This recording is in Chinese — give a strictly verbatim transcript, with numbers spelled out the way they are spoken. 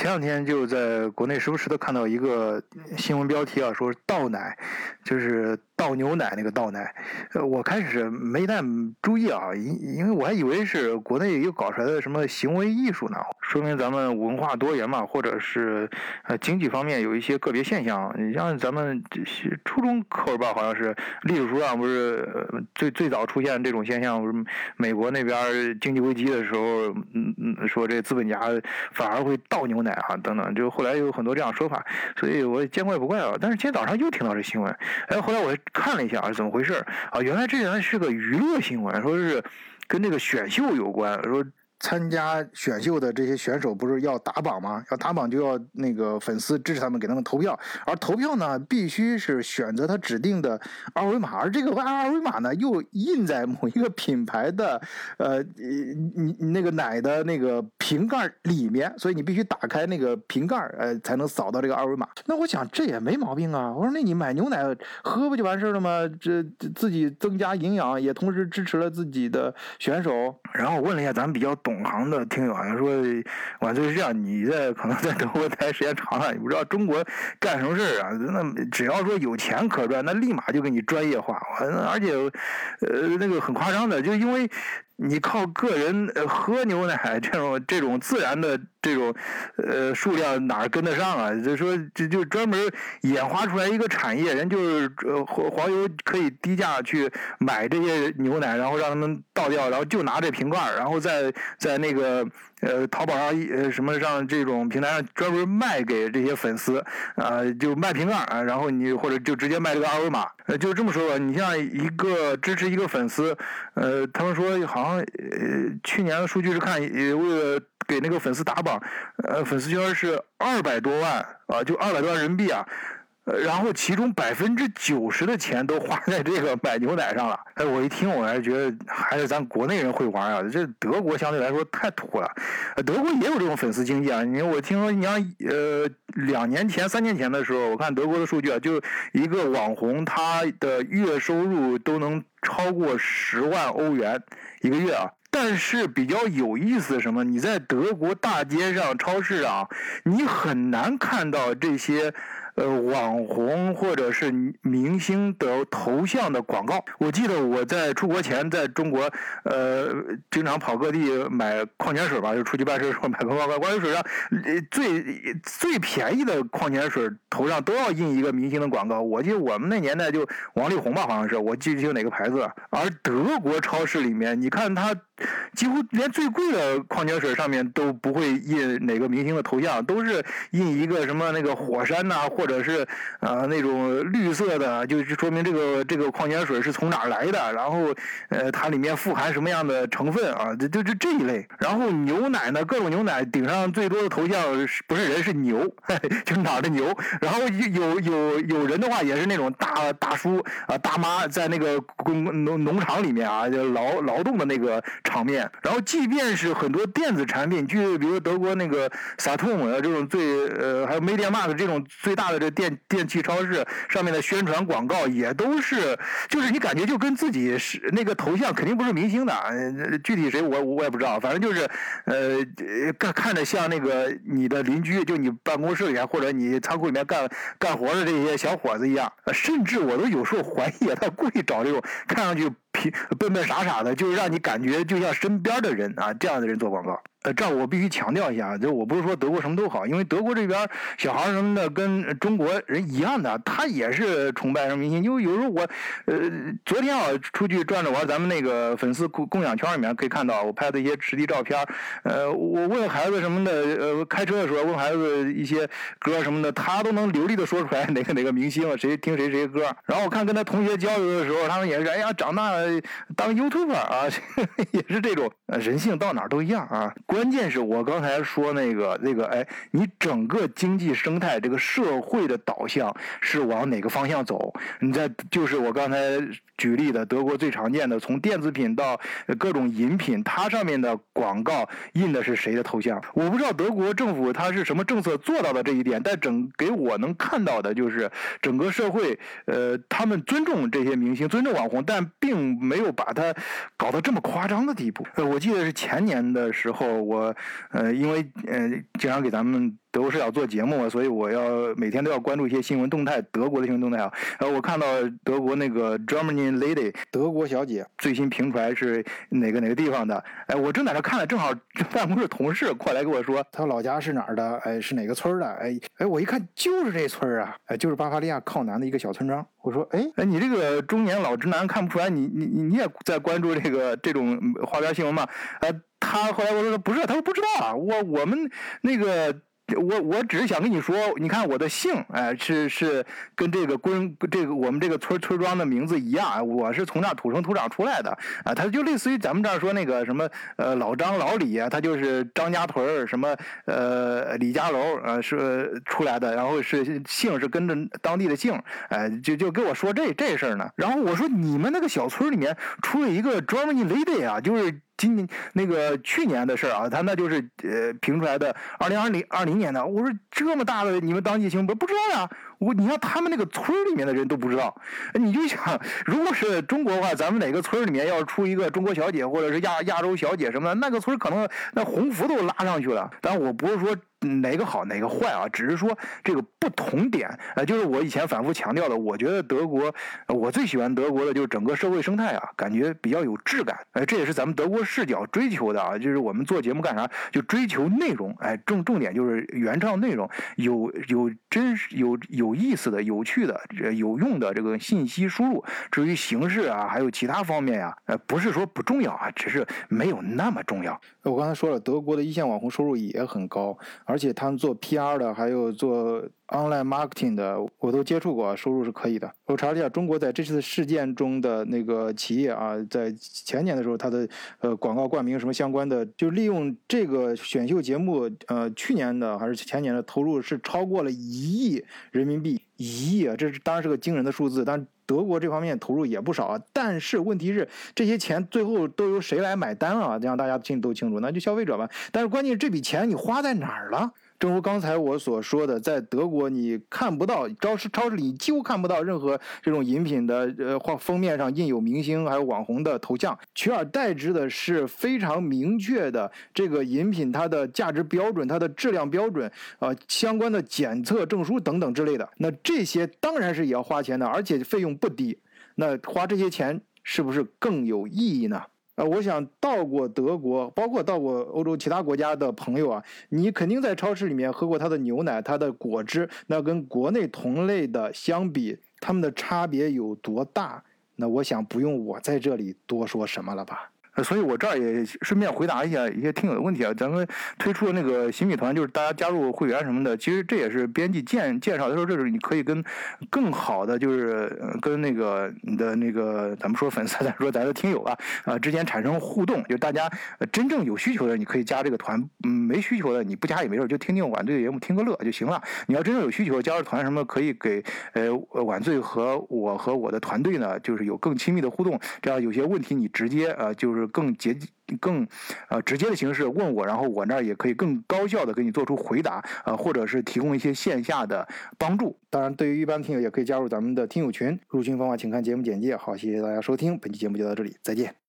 前两天就在国内时不时的看到一个新闻标题啊，说倒奶，就是倒牛奶那个倒奶。呃，我开始没太注意啊，因因为我还以为是国内又搞出来的什么行为艺术呢，说明咱们文化多元嘛，或者是呃经济方面有一些个别现象。你像咱们初中课本吧，好像是历史书上不是最最早出现这种现象，不是美国那边经济危机的时候，嗯嗯，说这资本家反而会倒牛奶啊等等，就后来有很多这样说法，所以我见怪不怪了。但是今天早上又听到这新闻，哎，后来我看了一下啊，怎么回事啊？原来这原来是个娱乐新闻，说是跟这个选秀有关，说参加选秀的这些选手不是要打榜吗？要打榜就要那个粉丝支持他们，给他们投票，而投票呢必须是选择他指定的二维码，而这个二维码呢又印在某一个品牌的呃你那个奶的那个瓶盖里面，所以你必须打开那个瓶盖呃才能扫到这个二维码。那我想这也没毛病啊，我说那你买牛奶喝不就完事了吗？这自己增加营养，也同时支持了自己的选手。然后我问了一下咱们比较懂行的听友啊，说晚醉是这样，你在可能在德国待时间长了，你不知道中国干什么事啊？那只要说有钱可赚，那立马就给你专业化，而且呃那个很夸张的，就因为你靠个人呃喝牛奶这种这种自然的这种呃数量哪跟得上啊？就说就就专门演化出来一个产业，人就是呃黄油可以低价去买这些牛奶，然后让他们倒掉，然后就拿这瓶盖，然后在在那个呃淘宝上呃什么上这种平台上专门卖给这些粉丝啊、呃，就卖瓶盖啊，然后你或者就直接卖这个二维码，呃就这么说吧，你像一个支持一个粉丝，呃他们说好像。呃，去年的数据是看，呃，为了给那个粉丝打榜，呃，粉丝圈是二百多万啊，就二百多万人民币啊，呃，然后其中百分之九十的钱都花在这个买牛奶上了。哎，我一听我还是觉得还是咱国内人会玩啊，这德国相对来说太土了。呃，德国也有这种粉丝经济啊，因为我听说你像呃两年前、三年前的时候，我看德国的数据啊，就一个网红他的月收入都能超过十万欧元一个月啊。但是比较有意思的什么？你在德国大街上、超市啊，你很难看到这些呃网红或者是明星的头像的广告。我记得我在出国前，在中国呃经常跑各地买矿泉水吧，就出去办事的时候买个矿矿泉水上，最最便宜的矿泉水头上都要印一个明星的广告。我记得我们那年代就王力宏吧，好像是，我记不清哪个牌子。而德国超市里面，你看它几乎连最贵的矿泉水上面都不会印哪个明星的头像，都是印一个什么那个火山呐、啊，或者是呃那种绿色的，就说明这个这个矿泉水是从哪儿来的，然后呃它里面富含什么样的成分啊，就就这一类。然后牛奶呢，各种牛奶顶上最多的头像不是人是牛，就是哪儿的牛。然后有有有人的话也是那种大大叔啊大妈在那个工农农场里面啊，就劳劳动的那个场面。然后即便是很多电子产品，就比如德国那个 Saturn 这种最呃还有 MediaMarkt 这种最大的这电电器超市上面的宣传广告也都是，就是你感觉就跟自己是那个头像肯定不是明星的，呃、具体谁我我也不知道，反正就是呃看看着像那个你的邻居，就你办公室里面或者你仓库里面干干活的这些小伙子一样，甚至我都有时候怀疑他故意找这种看上去笨笨傻傻的，就是让你感觉就像身边的人啊，这样的人做广告。呃，这样我必须强调一下，就我不是说德国什么都好，因为德国这边小孩什么的跟中国人一样的，他也是崇拜什么明星。因为有时候我，呃，昨天啊出去转着玩，咱们那个粉丝共共享圈里面可以看到我拍的一些实地照片。呃，我问孩子什么的，呃，开车的时候问孩子一些歌什么的，他都能流利的说出来哪个哪个明星，谁听谁谁歌。然后我看跟他同学交流的时候，他们也是，哎呀，长大当 YouTuber 啊，也是这种，人性到哪儿都一样啊。关键是我刚才说那个那个，哎，你整个经济生态这个社会的导向是往哪个方向走？你在就是我刚才举例的德国最常见的，从电子品到各种饮品，它上面的广告印的是谁的头像？我不知道德国政府它是什么政策做到的这一点，但整给我能看到的就是整个社会，呃，他们尊重这些明星，尊重网红，但并没有把它搞到这么夸张的地步。呃，我记得是前年的时候，我呃因为呃经常给咱们德国视角做节目嘛，所以我要每天都要关注一些新闻动态，德国的新闻动态啊。然后我看到德国那个 Germany Lady 德国小姐最新评出来是哪个哪个地方的，哎，我正在这看了，正好办公室同事过来跟我说，他老家是哪儿的，哎，是哪个村的，哎哎，我一看就是这村啊，哎，就是巴伐利亚靠南的一个小村庄。我说，哎哎，你这个中年老直男看不出来，你你你你也在关注这个这种花边新闻吗？呃，他后来我说不是，他说不知道啊，我我们那个。我我只是想跟你说，你看我的姓，哎，是是跟这个quân这个我们这个村村庄的名字一样，我是从那土生土长出来的啊，他就类似于咱们这儿说那个什么呃老张老李啊，他就是张家屯什么呃李家楼呃是出来的，然后是姓是跟着当地的姓，哎，就就跟我说这这事儿呢。然后我说你们那个小村里面出了一个 Germany Lady 啊，就是今年那个去年的事啊，他那就是呃评出来的二零二零二零年的。我说这么大的你们当地新闻不知道呀？我你看他们那个村里面的人都不知道，你就想如果是中国的话，咱们哪个村里面要是出一个中国小姐或者是亚亚洲小姐什么的，那个村可能那红福都拉上去了。但我不是说哪个好哪个坏啊，只是说这个不同点，呃，就是我以前反复强调的，我觉得德国，呃、我最喜欢德国的就是整个社会生态啊，感觉比较有质感，哎、呃，这也是咱们德国视角追求的啊，就是我们做节目干啥，就追求内容，哎，重重点就是原创内容，有有真实有有意思的、有趣的、有用的这个信息输入，至于形式啊，还有其他方面呀、啊，呃，不是说不重要啊，只是没有那么重要。我刚才说了，德国的一线网红收入也很高。而且他们做 P R 的，还有做 online marketing 的，我都接触过，收入是可以的。我查了一下，中国在这次事件中的那个企业啊，在前年的时候，它的呃广告冠名什么相关的，就利用这个选秀节目，呃，去年的还是前年的投入是超过了一亿人民币，一亿啊，这是当然是个惊人的数字，但德国这方面投入也不少啊，但是问题是这些钱最后都由谁来买单啊？这样大家心里都清楚，那就消费者吧。但是关键是这笔钱你花在哪儿了？正如刚才我所说的，在德国你看不到超市超市里几乎看不到任何这种饮品的呃或封面上印有明星还有网红的头像，取而代之的是非常明确的这个饮品它的价值标准、它的质量标准啊、呃、相关的检测证书等等之类的。那这些当然是也要花钱的，而且费用不低。那花这些钱是不是更有意义呢？呃，我想到过德国，包括到过欧洲其他国家的朋友啊，你肯定在超市里面喝过它的牛奶、它的果汁，那跟国内同类的相比，它们的差别有多大？那我想不用我在这里多说什么了吧。所以我这儿也顺便回答一下一些听友的问题啊。咱们推出的那个新米团，就是大家加入会员什么的，其实这也是编辑介介绍的时候，这是你可以跟更好的，就是跟那个你的那个咱们说粉丝，咱说咱的听友啊啊之间产生互动，就大家真正有需求的，你可以加这个团；嗯，没需求的你不加也没事，就听听晚醉的节目，听个乐就行了。你要真正有需求，加入团什么可以给呃晚醉和我和我的团队呢，就是有更亲密的互动。这样有些问题你直接呃就是。更节更呃直接的形式问我，然后我那儿也可以更高效的给你做出回答，呃，或者是提供一些线下的帮助。当然，对于一般听友也可以加入咱们的听友群，入群方法请看节目简介。好，谢谢大家收听，本期节目就到这里，再见。